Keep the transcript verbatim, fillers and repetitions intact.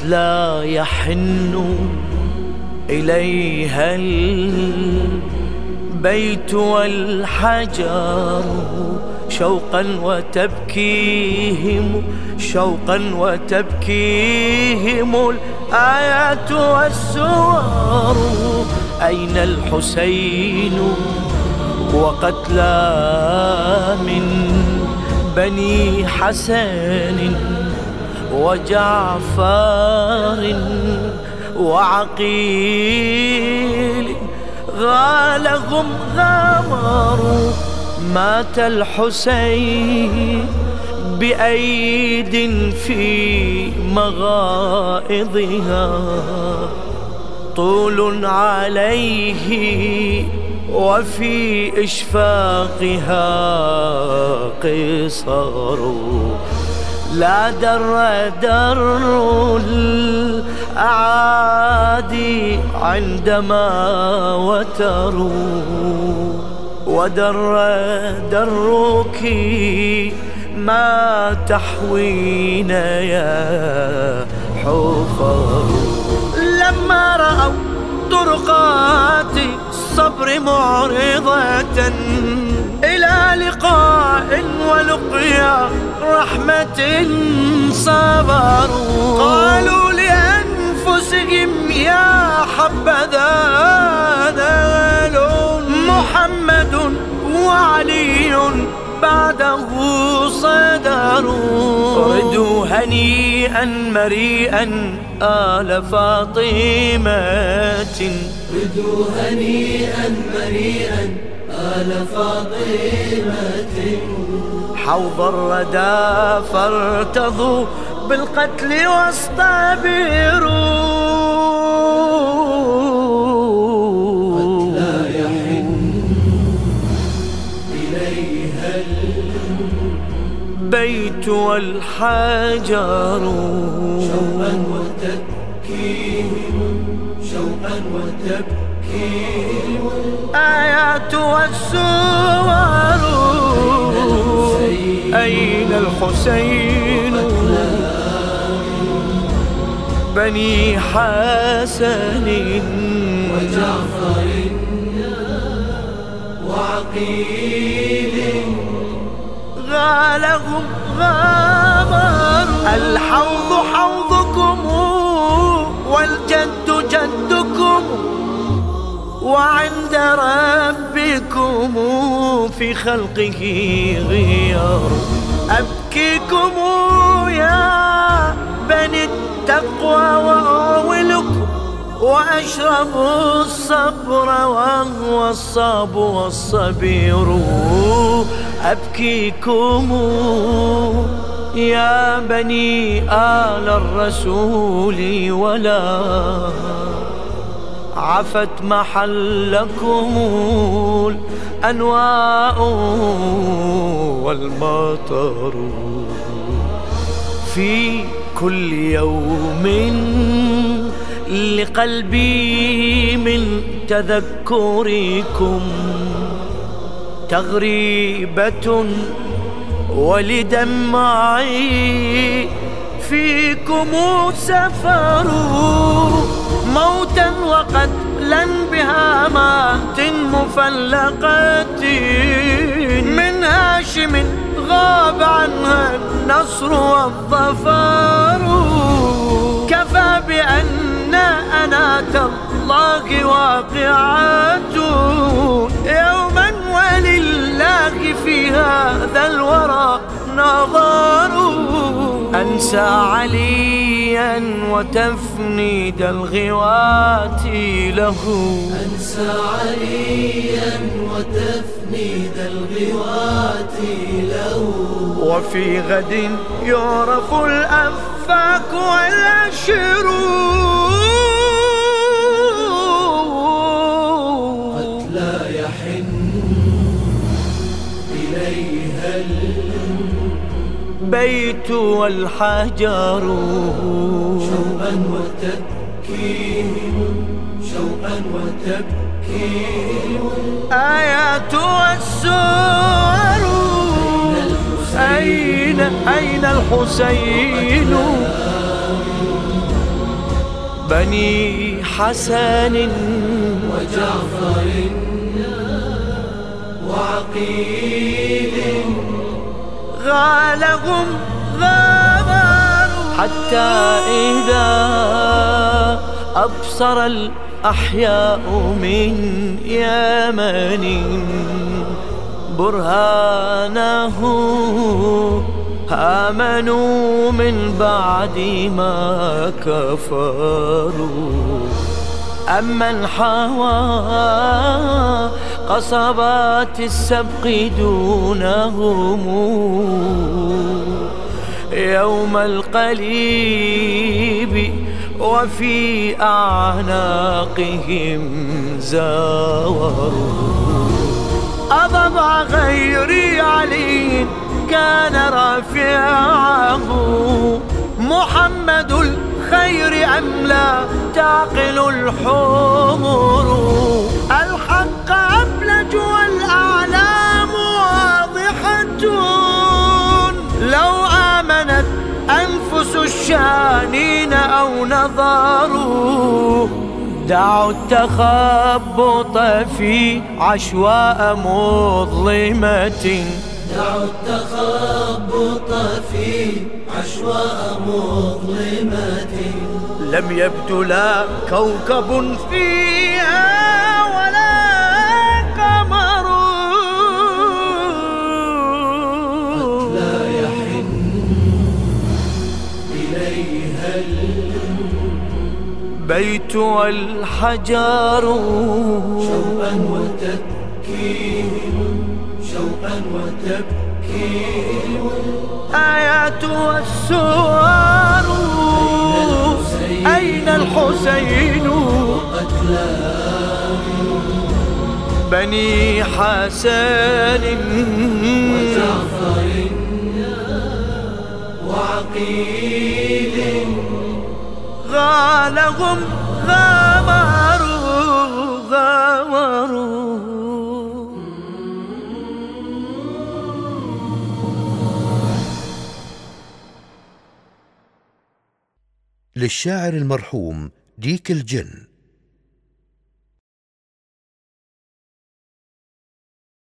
لا يحن إليها البيت والحجر شوقا وتبكيهم شوقا وتبكيهم الآيات والسور. أين الحسين وقتلى من بني حسن وجعفر وعقيل غالهم غامروا. مات الحسين بأيد في مغائضها طول عليه وفي إشفاقها قصر. لا در در الأعادي عندما وتروا ودر درك ما تحوينا يا حفر. لما رأوا طرقات الصبر معرضة إلى لقاء ولقيا رحمة صبروا. قالوا لأنفسهم يا حبذا نال محمد وعلي بعده صدروا. ردوا هنيئا مريئا آل فاطمة ردوا هنيئا مريئا آل فاطمة. حوض الردى فارتضوا بالقتل واصطبروا. قد لا يحن إليها البيت والحجر شوقا وتبكيهم شوقا وتبكيهم آيات والسور. أين الحسين بني حسن وجعفر وعقيل غالهم غامر. الحوض حوضكم والجد جدكم وعند ربكم في خلقه غيار. أبكيكم يا بني التقوى وأعولكم وأشرب الصبر وهو الصاب والصبير. أبكيكم يا بني آل الرسول ولا عفت محلكم الأنواء والمطر. في كل يوم لقلبي من تذكركم تغريبة ولدمعي فيكم سفر. موتا وقتلا بهامات مفلقة من هاشم غاب عنها النصر والظفر. كفى بأن أنات الله واقعة يوما ولله في هذا الورى نظر. أنسى عليا وتفنيد الغوات له أنسى عليا وتفنيد الغوات له. وفي غد يعرف الأفاك والأشرور. قد لا يحن إليها البيت والحجر شوقا وتبكيهم شوقا وتبكيهم آيات والسور. أين أين الحسين بني حسن وجعفر وعقيل غالهم غابروا، حتى إذا أبصر الأحياء من يمن برهانه آمنوا من بعد ما كفروا. أمن حوى قصبات السبق دونهم يوم القليب وفي أعناقهم زاوروا. أضبع غير علي كان رافعه، محمد الخير أم لا تعقل الحمر. الحق أبلج والأعلام واضحة، لو آمنت أنفس الشانين أو نظروا. دعوا التخبط في عشواء مظلمة، دعوا التخبط في عشواء مظلمة، لم يبد لا كوكب فيها ولا قمر. قد لا يحن إليها البيت والحجر، شوقا وتبكير شوقا وتبكير. آيات والسور أين الحسين بني حسن وجعفر وعقيل غالهم غامروا غامروا. للشاعر المرحوم ديك الجن.